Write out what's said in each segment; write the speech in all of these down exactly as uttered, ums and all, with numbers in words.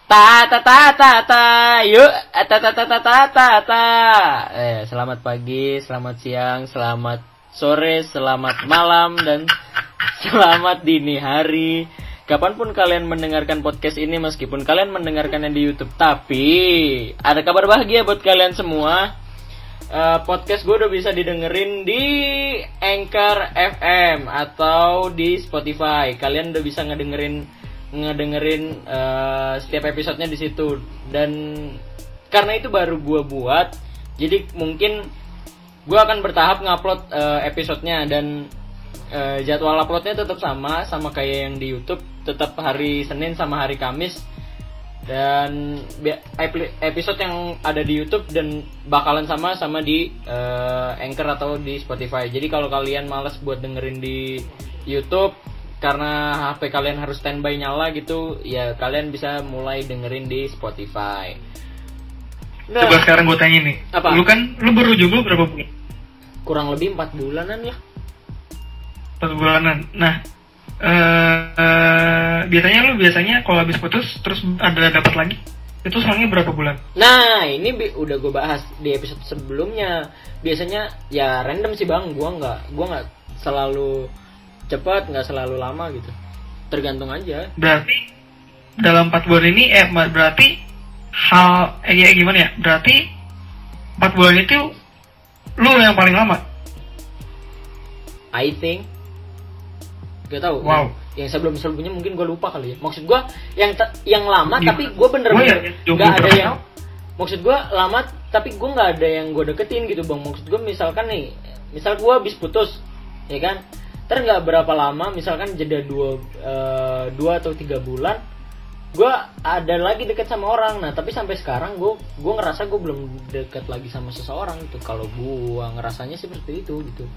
Ta ta ta ta ta yuk ta ta ta ta ta ta ta. Eh, selamat pagi, selamat siang, selamat sore, selamat malam dan selamat dini hari. Kapanpun kalian mendengarkan podcast ini, meskipun kalian mendengarkannya di YouTube, tapi ada kabar bahagia buat kalian semua. Uh, podcast gue udah bisa didengerin di Anchor F M atau di Spotify. Kalian udah bisa ngedengerin ngedengerin uh, setiap episodenya di situ. Dan karena itu baru gue buat, jadi mungkin gue akan bertahap ngupload uh, episodenya. Dan uh, jadwal uploadnya tetap sama sama kayak yang di YouTube, tetap hari Senin sama hari Kamis. Dan episode yang ada di YouTube dan bakalan sama sama di uh, Anchor atau di Spotify. Jadi kalau kalian malas buat dengerin di YouTube karena H P kalian harus standby nyala gitu, ya kalian bisa mulai dengerin di Spotify. Nah, coba sekarang gue tanya nih, apa? Lu kan lu baru jomblo berapa bulan? Kurang lebih empat bulanan ya. empat bulanan. Nah, uh, uh, biasanya lu biasanya kalau habis putus terus ada dapat lagi, itu selangnya berapa bulan? Nah, ini bi- udah gue bahas di episode sebelumnya. Biasanya ya random sih bang, gue nggak gue nggak selalu cepat, nggak selalu lama gitu, tergantung aja. Berarti dalam empat bulan ini eh berarti hal eh ya gimana ya, berarti empat bulan itu lu yang paling lama, I think. Gak tau. Wow. Yang sebelum sebelumnya mungkin gue lupa kali ya. Maksud gue yang te- yang lama ya, tapi gue bener-bener ya, nggak ada yang. Maksud gue lama tapi gue nggak ada yang gue deketin gitu bang. Maksud gue misalkan nih, misal gue habis putus, ya kan? Ntar nggak berapa lama, misalkan jeda dua uh, dua atau tiga bulan, gue ada lagi deket sama orang. Nah tapi sampai sekarang gue gue ngerasa gue belum deket lagi sama seseorang gitu. Kalau gue ngerasanya sih seperti itu gitu.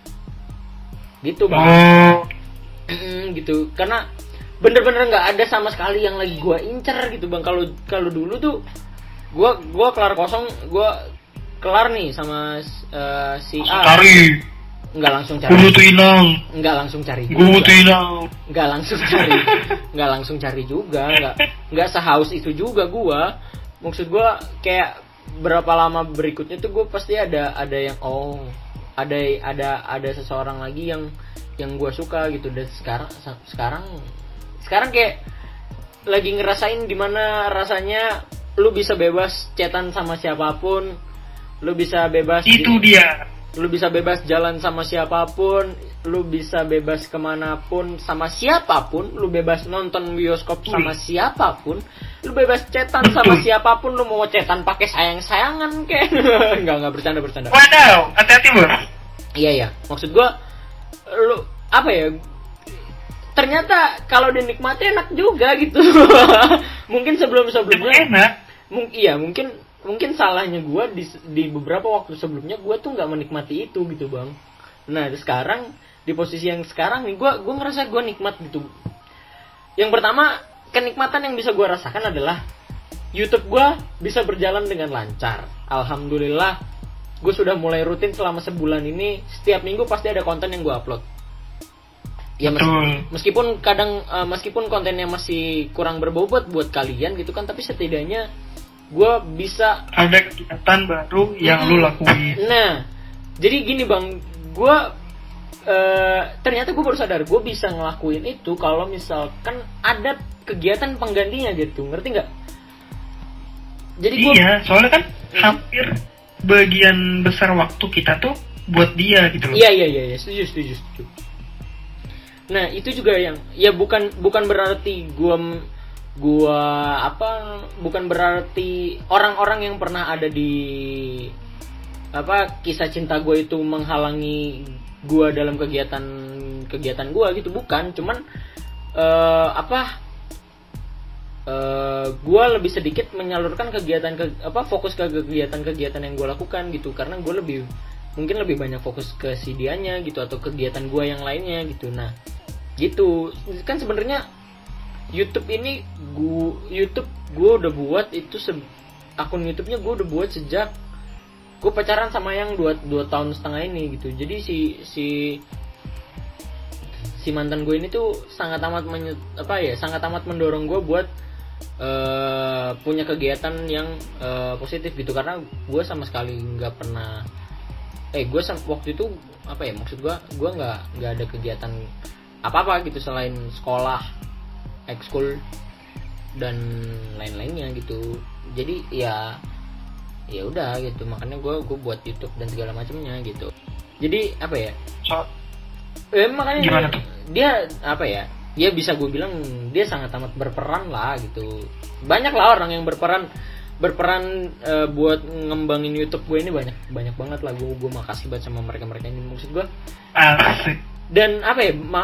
Gitu bang. Oh. Mm, gitu. Karena bener-bener nggak ada sama sekali yang lagi gue incer gitu bang. Kalau kalau dulu tuh gue gue kelar kosong, gue kelar nih sama uh, si A. Cari. Nggak langsung cari. Gue butuh inang. Nggak langsung cari. Gue butuh inang. Nggak langsung cari. Nggak langsung cari juga. Nggak nggak sehaus itu juga gue. Maksud gue kayak berapa lama berikutnya tuh gue pasti ada ada yang oh ada ada ada seseorang lagi yang yang gue suka gitu. Dan sekarang sekarang sekarang kayak lagi ngerasain gimana rasanya lu bisa bebas chatan sama siapapun, lu bisa bebas itu di, dia lu bisa bebas jalan sama siapapun, lu bisa bebas kemanapun sama siapapun, lu bebas nonton bioskop sama siapapun, lu bebas chatan sama siapapun, lu mau chatan pakai sayang-sayangan kayak nggak nggak bercanda bercanda. Waduh, hati-hati bro. Iya ya, maksud gua lu apa ya? Ternyata kalau dinikmati enak juga gitu. Mungkin sebelum-sebelumnya enak. Mung- iya mungkin mungkin salahnya gue di, di beberapa waktu sebelumnya gue tuh nggak menikmati itu gitu bang. Nah sekarang di posisi yang sekarang nih gue gue ngerasa gue nikmat gitu. Yang pertama kenikmatan yang bisa gue rasakan adalah YouTube gue bisa berjalan dengan lancar. Alhamdulillah gue sudah mulai rutin selama sebulan ini, setiap minggu pasti ada konten yang gue upload. Ya mes- meskipun kadang uh, meskipun kontennya masih kurang berbobot buat kalian gitu kan, tapi setidaknya gue bisa ada kegiatan baru yang hmm. lu lakuin. Nah, jadi gini bang, gue uh, ternyata gue baru sadar gue bisa ngelakuin itu kalau misalkan ada kegiatan penggantinya gitu, ngerti nggak? Jadi gua, iya, soalnya kan hmm. hampir bagian besar waktu kita tuh buat dia gitu loh. Iya iya iya, setuju setuju setuju. Nah itu juga yang ya bukan bukan berarti gue gua apa bukan berarti orang-orang yang pernah ada di apa kisah cinta gue itu menghalangi gue dalam kegiatan kegiatan gue gitu, bukan, cuman uh, apa uh, gue lebih sedikit menyalurkan kegiatan ke, apa fokus ke kegiatan-kegiatan yang gue lakukan gitu, karena gue lebih mungkin lebih banyak fokus ke si dianya gitu atau kegiatan gue yang lainnya gitu. Nah gitu kan sebenarnya YouTube ini gua YouTube gue udah buat itu se- akun YouTube-nya gue udah buat sejak gue pacaran sama yang dua dua tahun setengah ini gitu. Jadi si si si mantan gue ini tuh sangat amat menye, apa ya sangat amat mendorong gue buat uh, uh, punya kegiatan yang uh, positif gitu, karena gue sama sekali nggak pernah eh gue waktu itu apa ya maksud gue gue nggak nggak ada kegiatan apa apa gitu selain sekolah, ekskul dan lain-lainnya gitu. Jadi ya ya udah gitu, makanya gue gue buat YouTube dan segala macamnya gitu. Jadi apa ya so, eh, makanya gimana dia, tuh? dia apa ya dia bisa gue bilang dia sangat amat berperan lah gitu. Banyak lah orang yang berperan berperan uh, buat ngembangin YouTube gue ini, banyak banyak banget lah. Gue gue makasih banget sama mereka mereka ini, maksud gue. Asik. Dan apa ya ma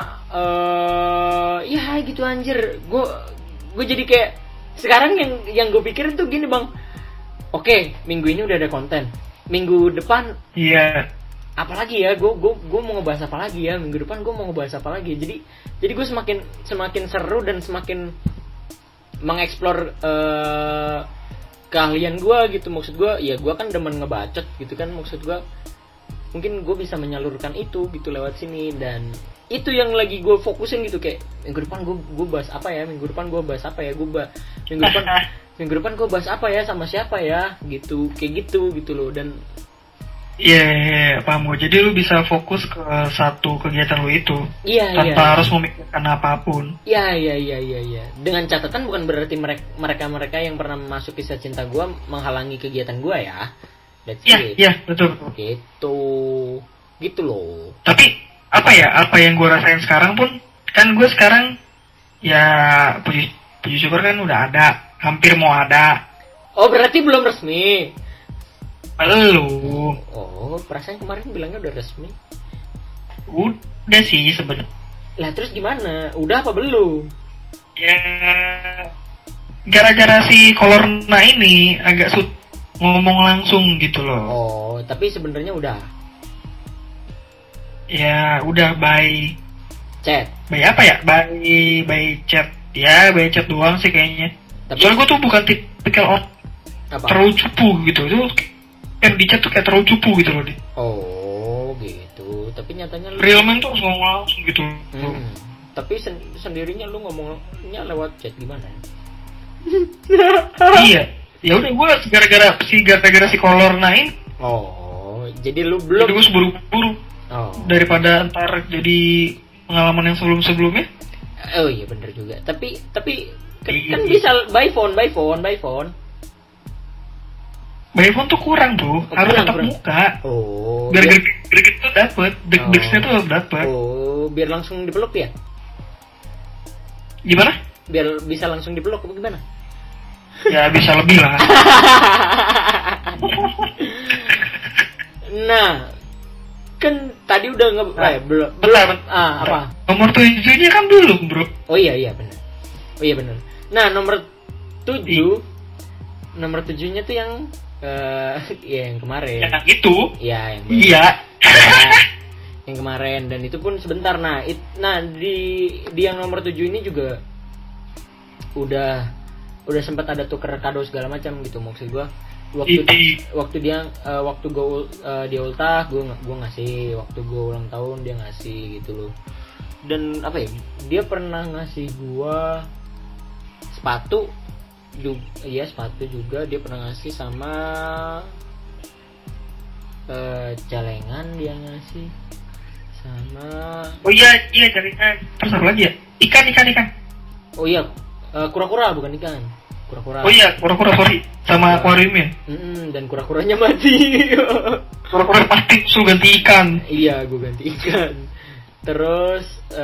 uh, ya gitu anjir, gue gue jadi kayak sekarang yang yang gue pikirin tuh gini bang, oke okay, minggu ini udah ada konten, minggu depan iya yeah. Apalagi ya, gue gue gue mau ngebahas apa lagi ya minggu depan, gue mau ngebahas apa lagi. Jadi jadi gue semakin semakin seru dan semakin mengeksplor uh, keahlian gue gitu. Maksud gue ya gue kan demen ngebacot gitu kan, maksud gue mungkin gue bisa menyalurkan itu gitu lewat sini. Dan itu yang lagi gue fokusin gitu, kayak minggu depan gue gue bahas apa ya minggu depan gue bahas apa ya gue bah minggu depan minggu depan gue bahas apa ya sama siapa ya gitu, kayak gitu gitu loh. Dan Iya, yeah, yeah, paham gue. Jadi lu bisa fokus ke satu kegiatan lu itu, yeah, tanpa yeah. harus memikirkan apapun. Iya, iya, iya, iya, iya. Dengan catatan bukan berarti mereka mereka yang pernah masuk kisah cinta gue menghalangi kegiatan gue ya. That's Iya, it. iya, betul. Gitu, gitu loh. Tapi apa ya? Apa yang gue rasain sekarang pun, kan gue sekarang ya puji puji syukur kan udah ada, hampir mau ada. Oh berarti belum resmi? Belum. Oh, perasaan kemarin bilangnya udah resmi. Udah sih sebenarnya. Lah terus gimana? Udah apa belum? Ya, gara-gara si Kolorna ini agak sut ngomong langsung gitu loh. Oh, tapi sebenarnya udah. Ya, udah by chat. By apa ya? By by chat. Ya, by chat doang sih kayaknya. Tapi soalnya gue tuh bukan tipikal orang terlalu cupu gitu. Itu yang di chat tuh kayak terlalu cupu gitu loh dia. Oh gitu. Tapi nyatanya lu real man tuh harus ngomong langsung gitu. Hmm. Tapi sen- sendirinya lu ngomongnya lewat chat gimana? Iya. Ya udah gue gara-gara si gara-gara si kolor naik. Oh, jadi lu belum. Jadi gue buru-buru. Oh. Daripada ntar jadi pengalaman yang sebelum-sebelumnya. Oh iya bener juga. Tapi tapi kan, kan bisa by phone, by phone, by phone. By phone tuh kurang bro, oh, harus tatap muka. Oh. Biar greget tuh dapet, deg-degsnya tuh dapet. Oh, biar langsung dipeluk ya? Gimana? Biar bisa langsung dipeluk apa gimana? Ya bisa lebih lah. Nah, kan tadi udah nge nah, eh, belum belum ah apa? Nomor tujuhnya kan belum bro. Oh iya iya benar. Oh iya benar. Nah nomor tujuh, I. nomor tujuhnya tuh yang Uh, ya yang kemarin. Yang itu? Ya yang iya. Ya, yang kemarin dan itu pun sebentar. Nah, it, nah di di yang nomor tujuh ini juga udah udah sempat ada tuker kado segala macam gitu, maksud gua. Waktu Iti. waktu dia uh, waktu gua uh, dia ultah, gua gua ngasih, waktu gua ulang tahun dia ngasih gitu loh. Dan apa ya? Dia pernah ngasih gua sepatu. Juga, iya sepatu juga dia pernah ngasih, sama uh, celengan dia ngasih, sama oh iya iya celengan, terus apa lagi ya, ikan ikan ikan oh iya uh, kura-kura bukan ikan, kura-kura oh iya kura-kura sorry sama akuariumnya. Mm-mm, dan kura-kuranya mati. Kura-kura pasti suruh ganti ikan. Iya gue ganti ikan. Terus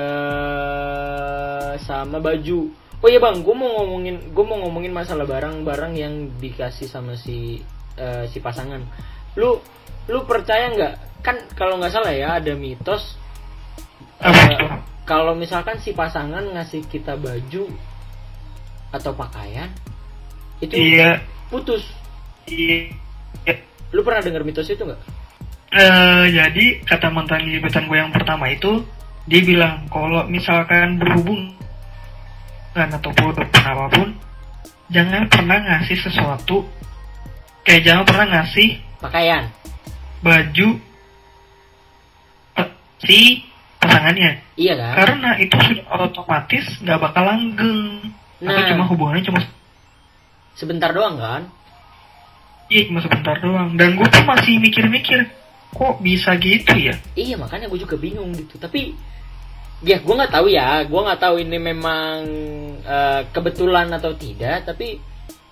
uh, sama baju. Oh iya bang, gue mau ngomongin, gue mau ngomongin masalah barang-barang yang dikasih sama si uh, si pasangan. Lu, lu percaya nggak? Kan kalau nggak salah ya ada mitos. Uh, kalau misalkan si pasangan ngasih kita baju atau pakaian, itu iya. putus. Iya. Lu pernah dengar mitos itu nggak? Uh, jadi kata mantan gebetan gue yang pertama itu, dia bilang kalau misalkan berhubung kan ataupun apapun, jangan pernah ngasih sesuatu, kayak jangan pernah ngasih pakaian, baju uh, si pasangannya. Iya kan? Karena itu sudah otomatis nggak bakal langgeng. Nah, atau cuma hubungannya cuma sebentar doang kan? Iya, cuma sebentar doang. Dan gue tuh masih mikir-mikir, kok bisa gitu ya? Iya, makanya gue juga bingung gitu. Tapi ya gue nggak tahu ya, gue nggak tahu ini memang uh, kebetulan atau tidak. Tapi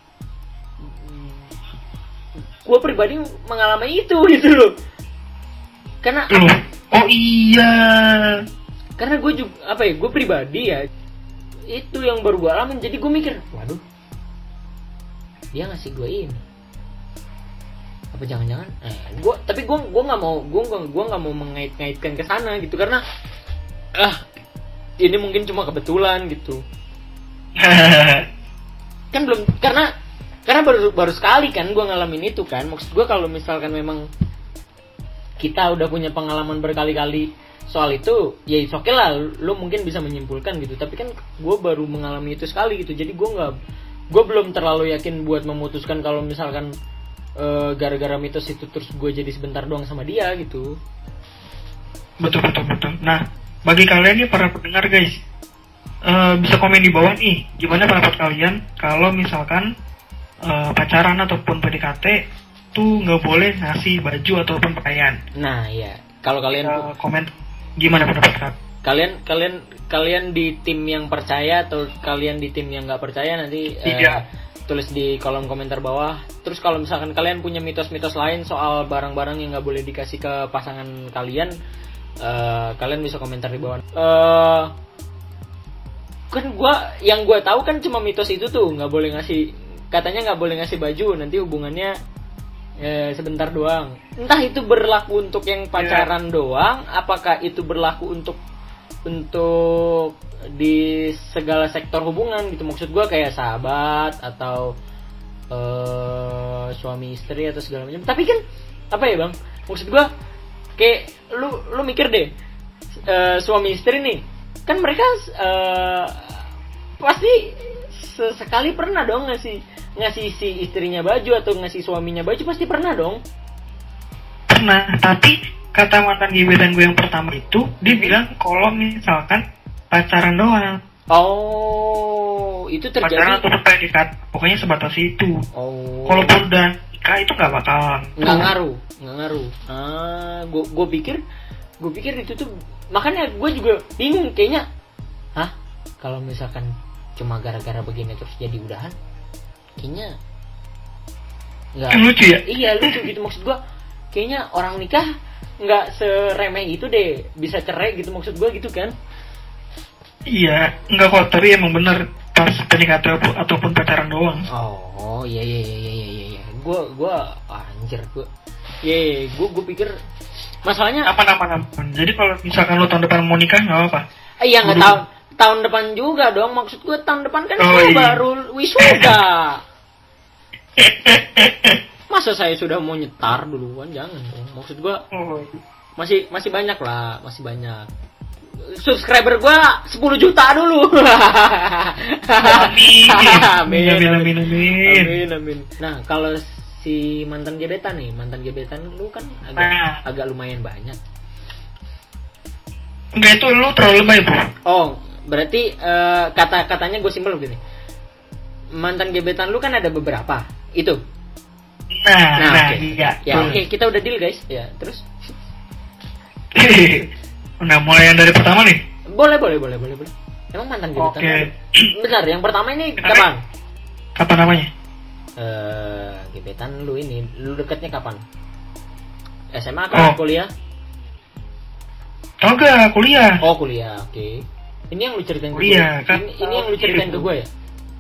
gue pribadi mengalami itu gitu loh. Karena Loh, oh iya. Karena gue juga apa ya, gue pribadi ya itu yang baru gue alamin. Jadi gue mikir, waduh, dia ngasih gue ini. Apa jangan-jangan eh gue tapi gue gue nggak mau gue gue nggak mau mengait-ngaitkan ke sana gitu, karena ah ini mungkin cuma kebetulan gitu. Kan belum, karena karena baru baru sekali kan gue ngalamin itu kan. Maksud gue kalau misalkan memang kita udah punya pengalaman berkali-kali soal itu, ya oke okay lah, lo mungkin bisa menyimpulkan gitu. Tapi kan gue baru mengalami itu sekali gitu, jadi gue nggak gue belum terlalu yakin buat memutuskan kalau misalkan Uh, gara-gara mitos itu terus gue jadi sebentar doang sama dia gitu. Betul betul betul. Nah, bagi kalian nih para pendengar guys, uh, bisa komen di bawah nih, gimana pendapat kalian kalau misalkan uh, pacaran ataupun P D K T tuh nggak boleh ngasih baju ataupun pakaian. Nah ya, kalau kalian uh, komen gimana pendapat kalian? Kalian kalian kalian di tim yang percaya atau kalian di tim yang nggak percaya, nanti uh, tulis di kolom komentar bawah. Terus kalau misalkan kalian punya mitos-mitos lain soal barang-barang yang nggak boleh dikasih ke pasangan kalian, uh, kalian bisa komentar di bawah. Uh, kan gua yang gua tahu kan cuma mitos itu tuh, nggak boleh ngasih, katanya nggak boleh ngasih baju, nanti hubungannya eh, sebentar doang. Entah itu berlaku untuk yang pacaran yeah. doang, apakah itu berlaku untuk untuk di segala sektor hubungan gitu. Maksud gue kayak sahabat atau uh, suami istri atau segala macam. Tapi kan apa ya bang, maksud gue kayak lu lu mikir deh, uh, suami istri nih kan mereka uh, pasti sesekali pernah dong ngasih ngasih si istrinya baju atau ngasih suaminya baju, pasti pernah dong. Pernah, tapi kata mantan gebetan gue yang pertama itu, dia bilang kalau misalkan pacaran doang. Oh, itu terjadi. Pacaran atau P D K T, pokoknya sebatas itu. Oh. Kalaupun udah nikah itu nggak bakalan. Nggak ngaruh, nggak ngaruh. Ah, gue gue pikir, gue pikir itu tuh, makanya gue juga bingung kayaknya. Hah? Kalau misalkan cuma gara-gara begini terus jadi udahan, kayaknya nggak. Lucu ya? Iya lucu gitu, maksud gue. Kayaknya orang nikah nggak seremeh itu deh, bisa cerai gitu, maksud gue gitu kan. Iya, enggak kok, tapi emang bener pas P D K T ataupun pacaran doang. Oh iya iya iya iya iya iya. Gue gue anjir gue. Iya, gue gue pikir masalahnya apa nama nama. Jadi kalau misalkan lo tahun depan mau nikah nggak apa? Eh, iya nggak tahun tahun depan juga dong, maksud gue tahun depan kan oh, saya iya. baru wisuda. Masa saya sudah mau nyetar duluan, jangan dong. Maksud gue oh. masih masih banyak lah, masih banyak. Subscriber gue sepuluh juta dulu. Amin. Amin, amin, amin, amin. Amin, amin. Nah, kalau si mantan gebetan nih, mantan gebetan lu kan agak nah. agak lumayan banyak. Enggak, itu lu terlalu lebay, Bro. Oh, berarti uh, kata-katanya gue simpel begini. Mantan gebetan lu kan ada beberapa. Itu. Nah, nah, nah okay. iya. Ya, oke, okay, kita udah deal, guys. Ya, terus nah, mulai yang dari pertama nih. Boleh, boleh, boleh, boleh, boleh. Emang mantan gebetan. Oke. Okay. Bentar, yang pertama ini Kenapa? kapan? Kapan namanya? Eh, uh, gebetan lu ini, lu deketnya kapan? S M A kan, oh. kuliah? Oh, enggak, kuliah. Oh, kuliah. Oke. Okay. Ini yang lu ceritain ke kuliah, gue. Kan? Ini, ini yang lu ceritain ke gue ya?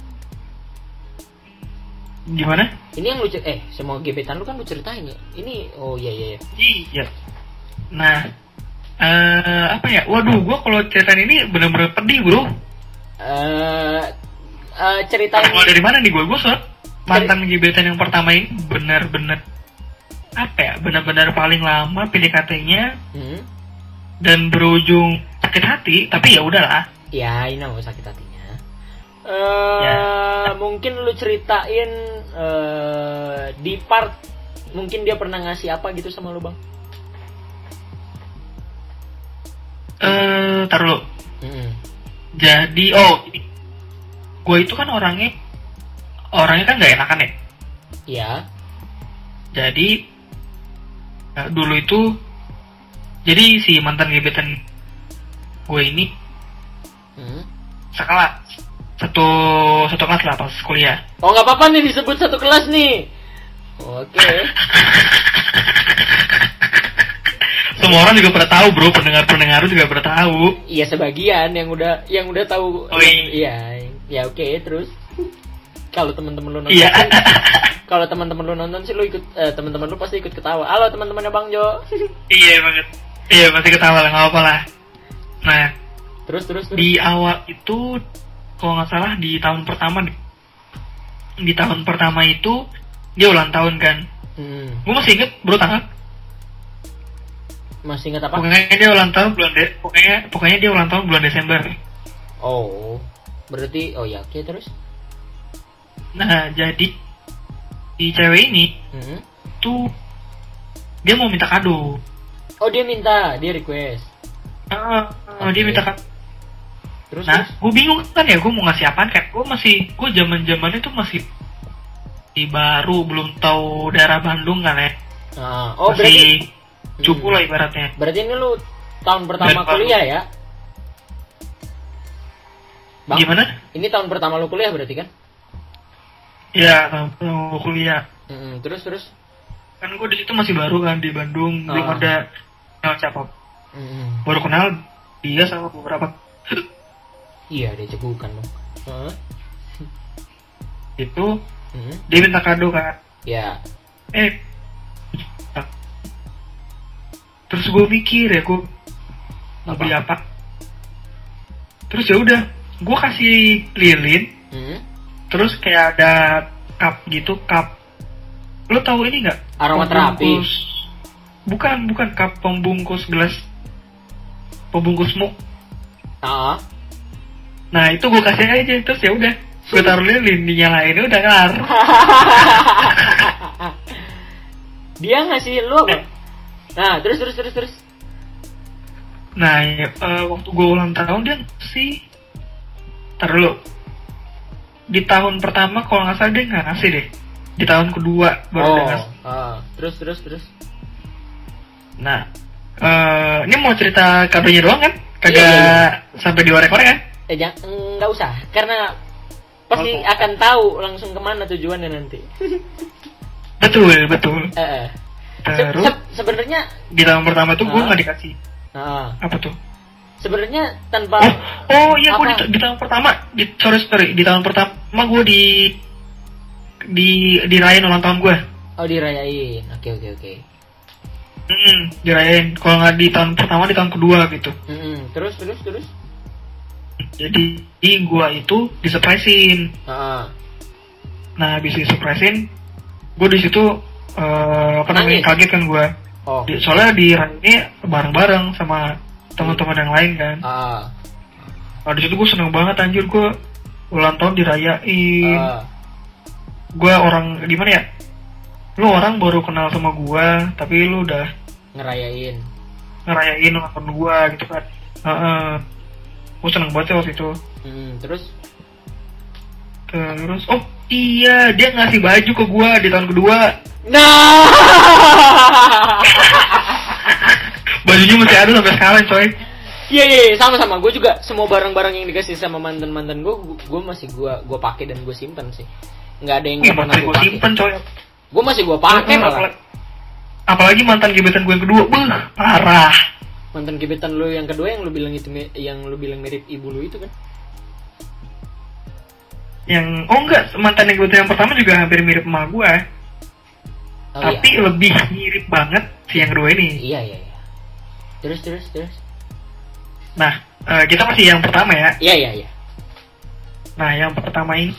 Gimana? Ini yang lu eh semua gebetan lu kan lu ceritain ya. Ini oh iya iya iya. Iya. Nah, uh, apa ya? Waduh, gua kalau ceritain ini benar-benar pedih, Bro. Eh uh, uh, ceritain mulai dari mana nih gua? Gua soal mantan Ceri- gebetan yang pertama ini benar-benar apa ya? Benar-benar paling lama P D K T-nya. Hmm? Dan berujung sakit hati, tapi ya udahlah. Ya, ini enggak sakit hatinya. Uh, ya. Mungkin lu ceritain uh, di part mungkin dia pernah ngasih apa gitu sama lu, Bang? Eh, uh, taruh lu. Hmm. Jadi, oh, gue itu kan orangnya orangnya kan nggak enakan ya. Iya. Jadi uh, dulu itu jadi si mantan gebetan gue ini Hmm. sekelas satu satu kelas lah pas kuliah. Oh nggak apa-apa nih disebut satu kelas nih. Oke. Semua orang juga pada tahu bro, pendengar-pendengar juga pada tahu. Iya sebagian yang udah yang udah tahu. Oh, yang, iya, ya oke terus. Kalau teman-teman lu nonton, Iya. kalau teman-teman lu nonton sih lu ikut, eh, teman-teman lu pasti ikut ketawa. Halo teman-temannya Bang Jo. Iya banget. Iya pasti ketawa lah, nggak apa-apa lah. Nah, Terus terus terus. di awal itu kalau nggak salah di tahun pertama di, di tahun pertama itu dia ulang tahun kan. Hmm. Gue masih inget bro tanggal. Masih ingat apa? Pokoknya dia ulang tahun bulan de pokoknya pokoknya dia ulang tahun bulan Desember. Oh, berarti oh ya oke terus. Nah jadi si cewek ini Hmm. tuh dia mau minta kado. Oh dia minta, dia request. Ah, ah, dia Oke. minta kado. Terus Nah, terus. gue bingung kan ya, gue mau ngasih apaan kan? Gue masih, gue zaman zamannya tuh masih di baru, belum tahu daerah Bandung kan ya. Ah, oh berarti masih cupu lah ibaratnya. berarti ini lu tahun pertama Dan baru. kuliah ya? Bang, Gimana? ini tahun pertama lu kuliah berarti kan? Ya, tahun kuliah. Mm-mm, terus terus. Kan gue di situ masih baru kan di Bandung, belum Ah. ada kenal siapa. Mm-mm. Baru kenal dia sama beberapa Iya dia cebukan dong. Heeh. itu Mm-mm. dia minta kado kan. Ya. Eh, terus gue mikir ya, gue mau Apa? beli apa? Terus ya udah, gue kasih lilin. Mm-mm. Terus kayak ada cup gitu, cup. Lo tahu ini nggak? Aromaterapi. Pembungkus. Bukan, bukan cup pembungkus gelas. Pembungkus muk. Ah. Nah itu gue kasih aja, terus ya udah, gue taruh lilin, dinyalain udah kelar. Dia ngasih lu apa? Nah, terus terus terus terus. Nah ya, eh, waktu gue ulang tahun dia sih, tar dulu. Di tahun pertama kalau nggak salah dia nggak ngasih deh. Di tahun kedua baru dia Oh. ngasih. Ah, terus terus terus. Nah, eh, ini mau cerita kadonya doang kan? Kagak Iya, iya, iya. sampai diorek-orek kan? Eh jangan nggak usah karena pasti Oh. akan tahu langsung kemana tujuannya nanti. Betul, betul. Eh, eh. Se- Terus se- sebenarnya di tahun pertama tuh gue Ah. nggak dikasih. ah, Apa tuh? sebenarnya tanpa Oh, oh iya gue Apa? di, di tahun pertama, di sorry sorry, di tahun pertama gue di di dirayain ulang tahun gue. oh dirayain. Oke oke oke. Hmm, dirayain. Kalau nggak di tahun pertama di tahun kedua gitu. Mm-mm. Terus terus terus. Jadi gue itu disurprisein. Ah, Nah habis disurprisein, gue di situ eh, apa namanya Nangis? kaget kan gue. oh. Di- Soalnya dirayainnya bareng-bareng sama teman-teman yang lain kan. Ah, Nah di situ gue seneng banget anjir, gue ulang tahun dirayain. ah. Gue orang gimana ya? Lu orang baru kenal sama gue, tapi lu udah Ngerayain. ngerayain ulang tahun gue gitu kan. Heeh. Gue seneng banget ya waktu itu. Mm, terus Terus, oh iya dia ngasih baju ke gue di tahun kedua. nah. Bajunya masih ada sampai sekarang coy. Iya iya iya, sama-sama. Gue juga semua barang-barang yang dikasih sama mantan-mantan gue, gue masih gue gue pakai dan gue simpan sih. Nggak ada yang Ih, nggak pernah masih gue gue pakai. simpen coy. Gue masih gue pakai Heeh, malah. apalagi, apalagi mantan gebetan gue yang kedua, beuh, parah. Mantan gebetan lu yang kedua yang lu bilang itu mi- yang lu bilang mirip ibu lu itu kan? Yang oh enggak, mantan yang gebetan yang pertama juga hampir mirip emak gue. Oh, Tapi iya. lebih mirip banget si yang kedua ini. Iya iya iya. Terus terus terus. Nah, eh, kita masih yang pertama ya. Iya iya iya. Nah, yang pertama ini,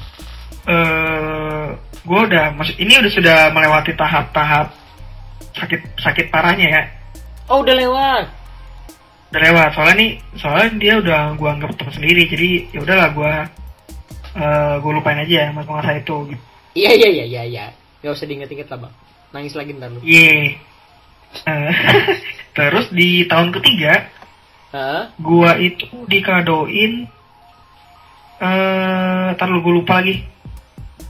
eh, gue udah, maksud ini udah sudah melewati tahap-tahap sakit sakit parahnya ya. Oh udah lewat. Udah lewat. Soalnya nih, soalnya dia udah gue anggap teman sendiri. Jadi ya udahlah gue, eh, gue lupain aja ya masa-masa itu. Gitu. Iya iya iya iya iya. Gak usah diinget-inget lah bang. Nangis lagi ntar lu. Ye. Eh, terus di tahun ketiga, Hah? gue itu dikadoin, eh, tar lu gue lupa lagi.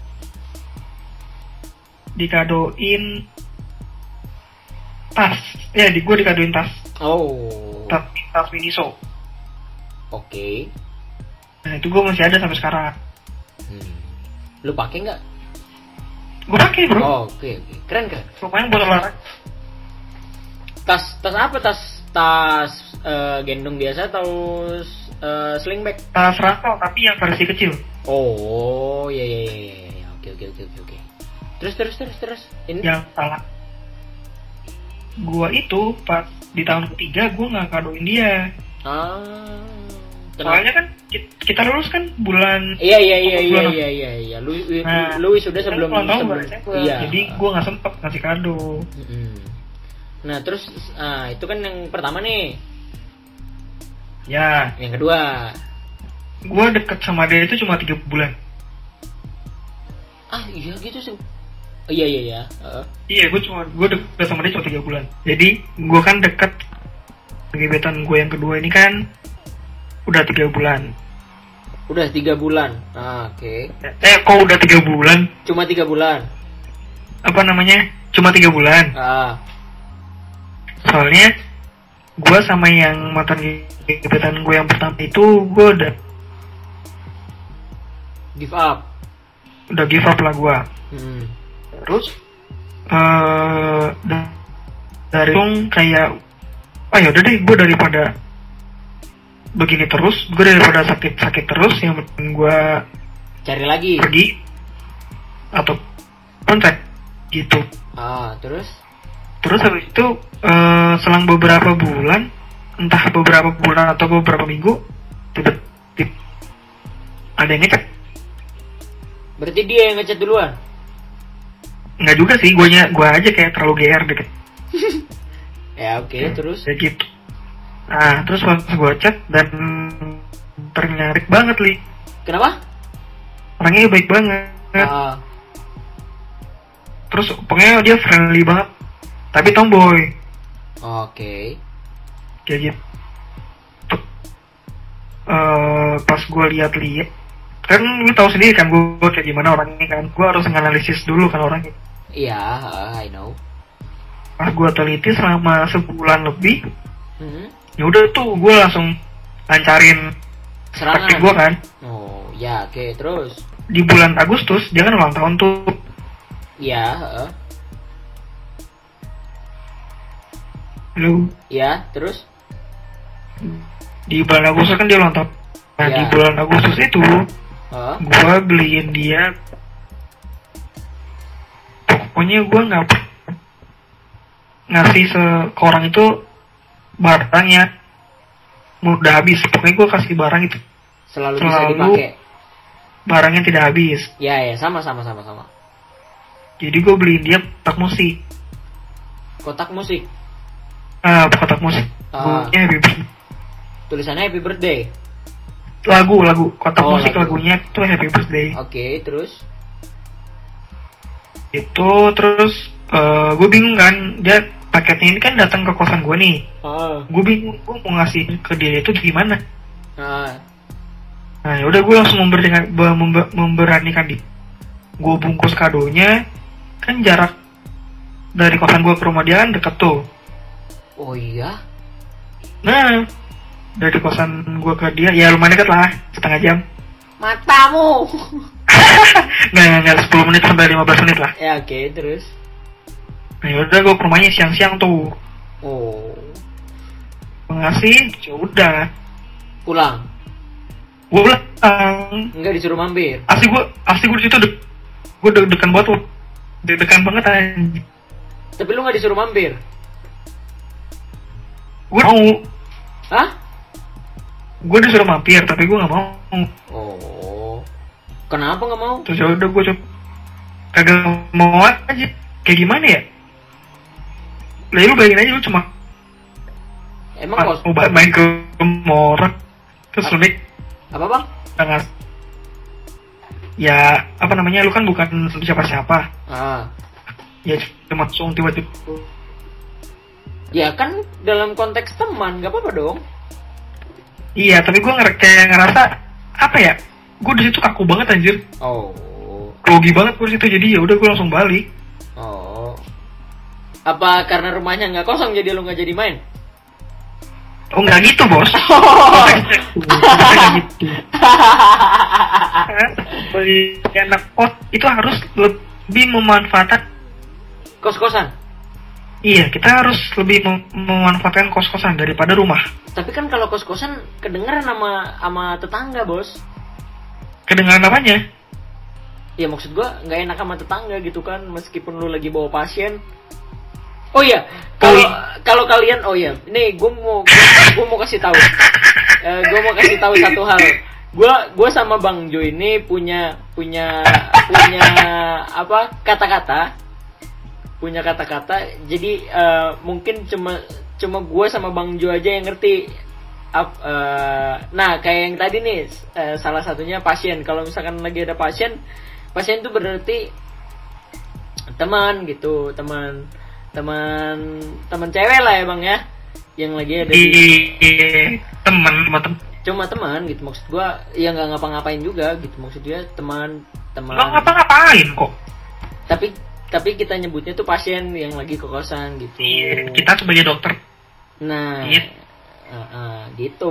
dikadoin tas. Ya, di gue dikadoin tas. Oh. Tas, tas Miniso. Oke. Nah, itu gue masih ada sampai sekarang. Hmm. Lu pakai nggak? Gue pakai, bro. Oh, oke oke. Keren keren. Lumayan buat olahraga. Tas tas apa tas tas eh, gendong biasa atau eh, sling bag? Tas ransel tapi yang versi kecil. Oh, iya iya iya iya. iya. Oke oke oke oke oke. Terus terus terus terus. Ini Yang salah. Gua itu pas di tahun ketiga gua nggak kadoin dia. ah. Soalnya kan ki- kita lulus kan bulan. Iya iya iya iya bulan- iya iya iya. Lu lu, Nah, lu sudah kan sebelum ulang tahun sebelum. baru S M P. Iya. Jadi gua nggak sempet ngasih kado. Mm-mm. Nah, terus ah, itu kan yang pertama nih. Ya, Yang kedua. gua deket sama dia itu cuma tiga bulan. Ah, iya gitu sih. Oh, iya iya iya. Heeh. Iya, gua cuma gua deket sama dia cuma tiga bulan. Jadi gua kan deket gebetan gue yang kedua ini kan udah tiga bulan. Udah tiga bulan. Ah, oke. Eh, kok udah tiga bulan? Cuma tiga bulan. Apa namanya? Cuma tiga bulan. Ah. Soalnya gue sama yang mantan gebetan gue yang pertama itu gue udah Give up. udah give up lah gue. Hmm. Terus eh da- dari itu kayak ah ya udah deh, gue daripada begini terus, gue daripada sakit-sakit terus, yang penting gue Cari lagi. pergi atau kontak gitu. Ah, terus? Terus habis itu eh, selang beberapa bulan, entah beberapa bulan atau beberapa minggu, tiba-tiba ada yang ngechat. Berarti dia yang ngechat duluan. Nggak juga sih, guanya gua aja kayak terlalu G R deket. Ya, oke, terus. Kayak gitu. Nah, terus pas gua chat dan ternyata banget li. Kenapa? Orangnya baik banget. Ah. Terus pokoknya dia friendly banget, tapi tomboy. Oke. Kayak gitu. Eh, pas gue lihat-lihat, kan lu tahu sendiri kan gue kayak gimana orangnya kan, gue harus menganalisis dulu kan orangnya. Iya, ah, I know. Pas gue teliti selama sebulan lebih, Hmm. ya udah tuh gue langsung lancarin taktik Serangan. gue kan. Oh, ya, oke, terus. Di bulan Agustus dia kan ulang tahun tuh. Iya, heeh. Lu Iya, terus. di bulan Agustus kan dia ulang tahun. Nah Ya. di bulan Agustus itu Heeh. gue beliin dia, pokoknya gue nggak ngasih se ke orang itu barangnya mudah habis. Pokoknya gue kasih barang itu Selalu, bisa Selalu. dipakai. barangnya tidak habis. Ya, ya, sama sama sama sama. Jadi gue beliin dia kotak musik. Kotak musik. Ah, kotak musik. Ah. Bunyinya Happy Birthday. Tulisannya Happy Birthday. Lagu, lagu. Kotak Oh, musik lagu. lagunya tuh Happy Birthday. Oke, terus. Itu terus eh gue bingung kan, dia paketnya ini kan datang ke kosan gue nih. Ah. Gue bingung, gue mau ngasih ke dia itu gimana. Ah. Nah, yaudah gue langsung memberanikan, member, memberanikan di. Gue bungkus kadonya, kan jarak dari kosan gue ke rumah dia kan deket tuh. Oh iya. Nah, dari kosan gue ke dia, ya lumayan deket lah, setengah jam. Matamu. Nggak, nggak, nggak, sepuluh menit sampai lima belas menit lah. Ya, oke, terus. Nah, yaudah gue ke rumahnya siang-siang tuh. Oh. Ngasih, ya udah. Pulang. Gue pulang. Enggak disuruh mampir. Asli gue, asli gue di situ dek, gue deg-degan banget tuh. Deg-degan banget anjing. Tapi lu nggak disuruh mampir. Gue mau, Hah? gue disuruh mampir, tapi gue nggak mau. Oh. Kenapa nggak mau? Terus ya udah gue coba, kagak mau aja. Kayak gimana ya? Lah lu bayangin aja lu cuma Emang kos mau ba- main ke rumah orang, terus lu nih apa bang? nggak, ya apa namanya, lu kan bukan siapa-siapa. Ah. Ya cuma langsung tiba-tiba. Ya kan dalam konteks teman, nggak apa-apa dong. Iya, tapi gue nger- kayak ngerasa apa ya? Gue di situ kaku banget anjir, Oh. grogi banget gue di situ. Jadi ya udah gue langsung balik. Apa karena rumahnya nggak kosong jadi lu nggak jadi main? Oh nggak gitu bos. Oh. Nggak gitu. Bagi anak kos itu harus lebih memanfaatkan kos-kosan. Iya, kita harus lebih mem- memanfaatkan kos-kosan daripada rumah. Tapi kan kalau kos-kosan kedengeran sama sama tetangga bos. Kedengaran apanya? Ya maksud gua nggak enak sama tetangga gitu kan, meskipun lu lagi bawa pasien. Oh iya, kalau kalau kalian, oh iya, nih gue mau gue mau kasih tahu, uh, gue mau kasih tahu satu hal. Gue gue sama Bang Jo ini punya punya punya apa kata-kata, punya kata-kata. Jadi uh, mungkin cuma cuma gue sama Bang Jo aja yang ngerti. Up, uh, nah kayak yang tadi nih, uh, salah satunya pasien. Kalau misalkan lagi ada pasien, pasien itu berarti teman gitu, teman. teman teman cewek lah ya Bang ya, yang lagi ada di teman cuma teman cuma teman gitu, maksud gua ya nggak ngapa-ngapain juga gitu, maksud dia teman teman nggak ngapa-ngapain kok, tapi tapi kita nyebutnya tuh pasien yang lagi ke kosan gitu. Iya, kita sebagai dokter. Nah gitu, uh, uh, gitu.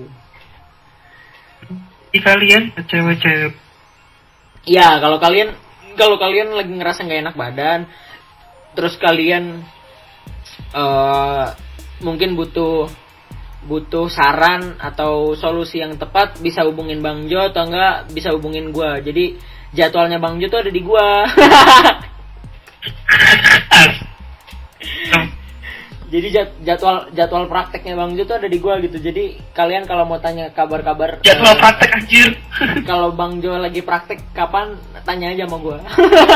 Di kalian cewek-cewek ya, kalau kalian kalau kalian lagi ngerasa nggak enak badan, terus kalian uh, mungkin butuh butuh saran atau solusi yang tepat, bisa hubungin Bang Jo atau enggak bisa hubungin gua. Jadi jadwalnya Bang Jo tuh ada di gua. Jadi jadwal jadwal prakteknya Bang Jo tuh ada di gua gitu. Jadi kalian kalau mau tanya kabar-kabar jadwal uh, praktek anjir. Kalau Bang Jo lagi praktek kapan, tanya aja sama gua.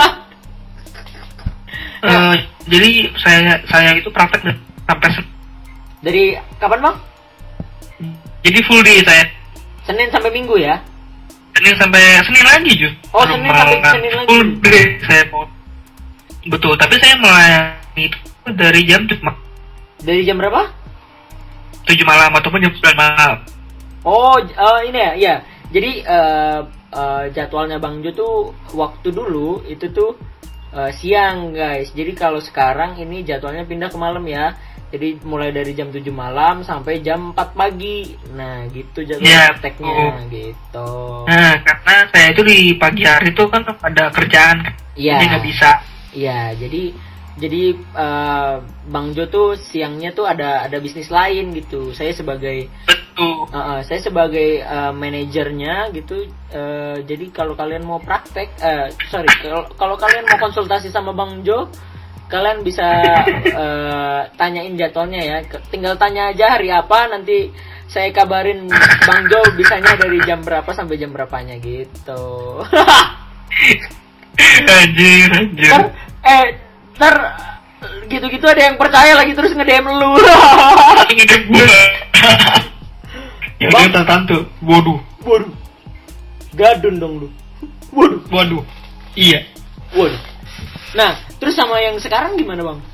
Uh, jadi saya saya itu praktek sampai sen- dari kapan Bang? Jadi full day saya. Senin sampai Minggu ya? Senin sampai Senin lagi Ju. Oh Senin sampai Senin lagi. Full day saya mau. Betul, tapi saya melayani itu dari jam cuma. Dari jam berapa? tujuh malam ataupun jam sembilan malam. Oh uh, ini ya, iya. Jadi uh, uh, jadwalnya Bang Jo tuh waktu dulu itu tuh Uh, siang guys. Jadi kalau sekarang ini jadwalnya pindah ke malam ya. Jadi mulai dari jam tujuh malam sampai jam empat pagi. Nah gitu jadwal ya, prakteknya oh. gitu. Nah karena saya itu di pagi hari itu kan ada kerjaan, ya. Jadi nggak bisa. Iya, jadi jadi uh, Bang Jo tuh siangnya tuh ada ada bisnis lain gitu. Saya sebagai Betul. Uh, uh, saya sebagai uh, manajernya gitu. Uh, jadi kalau kalian mau praktek, uh, sorry, kalau kalau kalian mau konsultasi sama Bang Jo, kalian bisa uh, tanyain jadwalnya ya. Tinggal tanya aja hari apa, nanti saya kabarin Bang Jo bisanya dari jam berapa sampai jam berapanya gitu. Anjir, anjir. Ntar, eh, ntar gitu-gitu ada yang percaya lagi terus nge-D M lu. Nge-D M gue. Ya dia tertentu, bodoh. Bodoh. Gadun dong lu. Waduh. Waduh. Iya. Waduh. Nah, terus sama yang sekarang gimana Bang?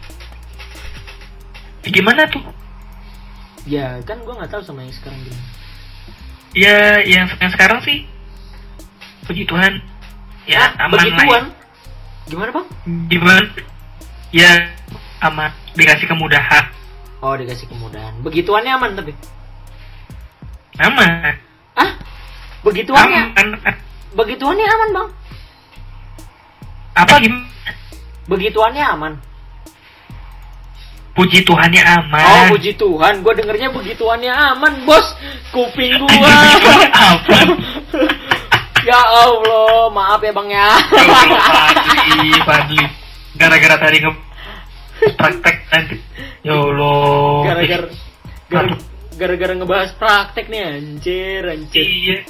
Gimana tuh? Ya kan gue nggak tahu sama yang sekarang gimana. Ya, yang, yang sekarang sih puji Tuhan. Ya, ah, aman begituan. lah. Gimana Bang? Gimana? Ya, aman. Dikasih kemudahan. Oh, dikasih kemudahan. Begituannya aman tapi. Aman. Ah? Begituannya? Aman. Begituannya aman Bang? Apa gimana? Begituannya aman. Puji Tuhannya aman. Oh, puji Tuhan. Gue dengernya begituannya aman, bos. Kuping gua. Apa? Ya Allah, maaf ya Bang ya. Fadli, Fadli. Gara-gara tadi nge praktek nanti. Ya Allah. Gara-gara gara- gara-gara ngebahas praktek nih, anjir, anjir. Iya.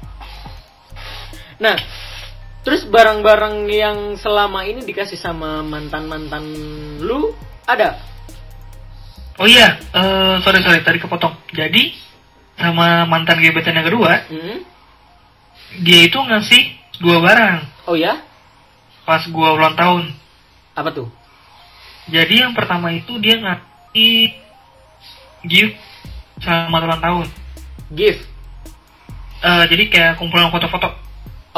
Nah, terus barang-barang yang selama ini dikasih sama mantan-mantan lu ada? Oh iya, uh, sorry sorry tadi kepotong. Jadi sama mantan gebetan yang kedua, hmm? dia itu ngasih dua barang. Oh ya? Pas gua ulang tahun. Apa tuh? Jadi yang pertama itu dia ngasih gift selamat ulang tahun. Gift? Uh, jadi kayak kumpulan foto-foto.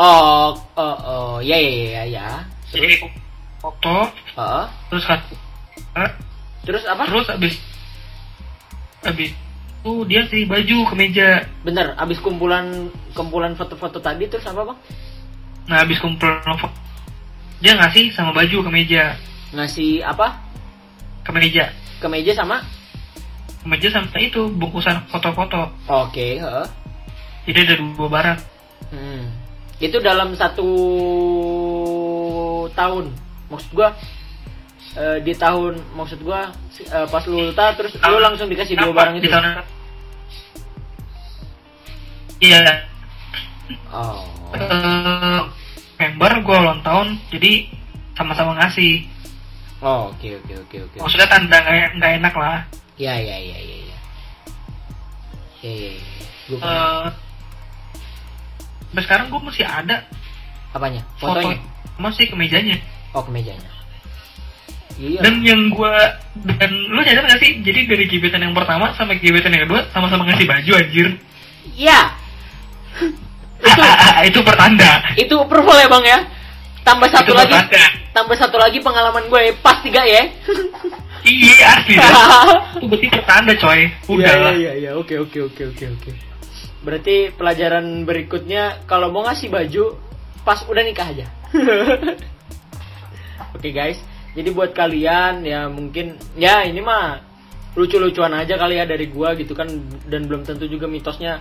Oh, oh, oh, ya ya ya ya. Jadi foto, Uh, terus kasih Hah? Terus apa? Terus abis abis itu dia sih baju ke meja. Bener, abis kumpulan kumpulan foto-foto tadi terus apa bang? Nah abis kumpulan foto dia ngasih sama baju ke meja. Ngasih apa? Ke meja. Ke meja sama? Ke meja sama itu bungkusan foto-foto. Oke, heeh. Jadi ada dua barang. Hmm. Itu dalam satu tahun. Maksud gua uh, di tahun maksud gua uh, pas lu ulta terus lu langsung dikasih dua barang itu. Di tahun iya. Oh. Uh, member gua ulang tahun jadi sama-sama ngasih. Oh, oke oke oke oke. Maksudnya tanda nggak nggak enak lah. Iya iya iya iya. Iya iya. Gua uh, sampai sekarang gue masih ada apanya? Fotonya? Foto masih ke mejanya. Oh, ke mejanya. Iya. Dan yang gue dan lu nyadar gak sih? Jadi dari gebetan yang pertama sampai gebetan yang kedua sama-sama ngasih baju anjir. Iya. itu itu pertanda. Itu approval ya bang ya. Tambah satu itu lagi. Pertanda. Tambah satu lagi pengalaman gue ya. Pas tiga ya. Iya asli. Itu berarti pertanda coy. Udah lah. Iya iya iya. Oke oke oke oke oke. Berarti pelajaran berikutnya kalau mau ngasih baju pas udah nikah aja. Oke okay, guys, jadi buat kalian ya mungkin ya ini mah lucu-lucuan aja kali ya dari gua gitu kan, dan belum tentu juga mitosnya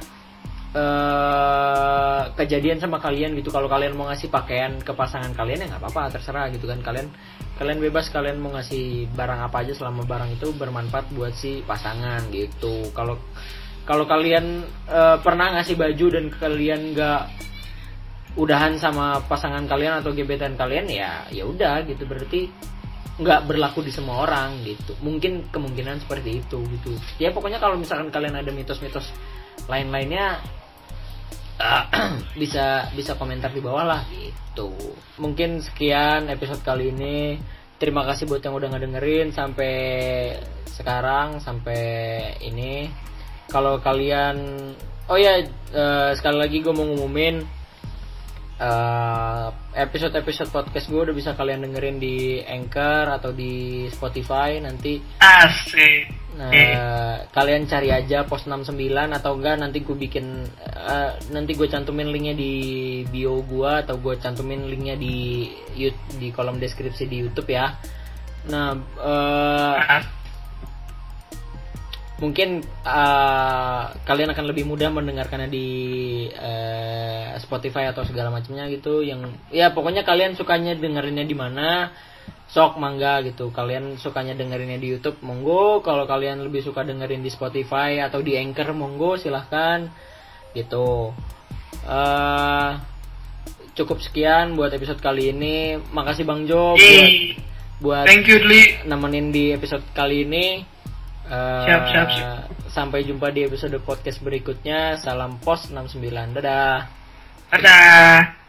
uh, kejadian sama kalian gitu. Kalau kalian mau ngasih pakaian ke pasangan kalian ya nggak apa-apa, terserah gitu kan. Kalian kalian bebas kalian mau ngasih barang apa aja selama barang itu bermanfaat buat si pasangan gitu. Kalau Kalau kalian e, pernah ngasih baju dan kalian nggak udahan sama pasangan kalian atau gebetan kalian ya ya udah gitu, berarti nggak berlaku di semua orang gitu. Mungkin kemungkinan seperti itu gitu. Ya pokoknya kalau misalkan kalian ada mitos-mitos lain-lainnya uh, bisa bisa komentar di bawah lah gitu. Mungkin sekian episode kali ini. Terima kasih buat yang udah ngedengerin sampai sekarang sampai ini. Kalau kalian, oh ya uh, sekali lagi gue mau ngumumin uh, episode-episode podcast gue udah bisa kalian dengerin di Anchor atau di Spotify nanti. Asik. Nah, kalian cari aja pos enam puluh sembilan atau enggak nanti gue bikin uh, nanti gue cantumin linknya di bio gue atau gue cantumin linknya di di kolom deskripsi di YouTube ya. Nah. Uh, Mungkin uh, kalian akan lebih mudah mendengarkannya di uh, Spotify atau segala macamnya gitu. Yang ya pokoknya kalian sukanya dengerinnya di mana, sok mangga gitu. Kalian sukanya dengerinnya di YouTube, monggo. Kalau kalian lebih suka dengerin di Spotify atau di Anchor, monggo silahkan gitu. Uh, cukup sekian buat episode kali ini. Makasih Bang Jo buat buat Thank you, Dli. nemenin di episode kali ini. Uh, siap, siap, siap. Sampai jumpa di episode podcast berikutnya. Salam Pos enam puluh sembilan. Dadah. Dadah.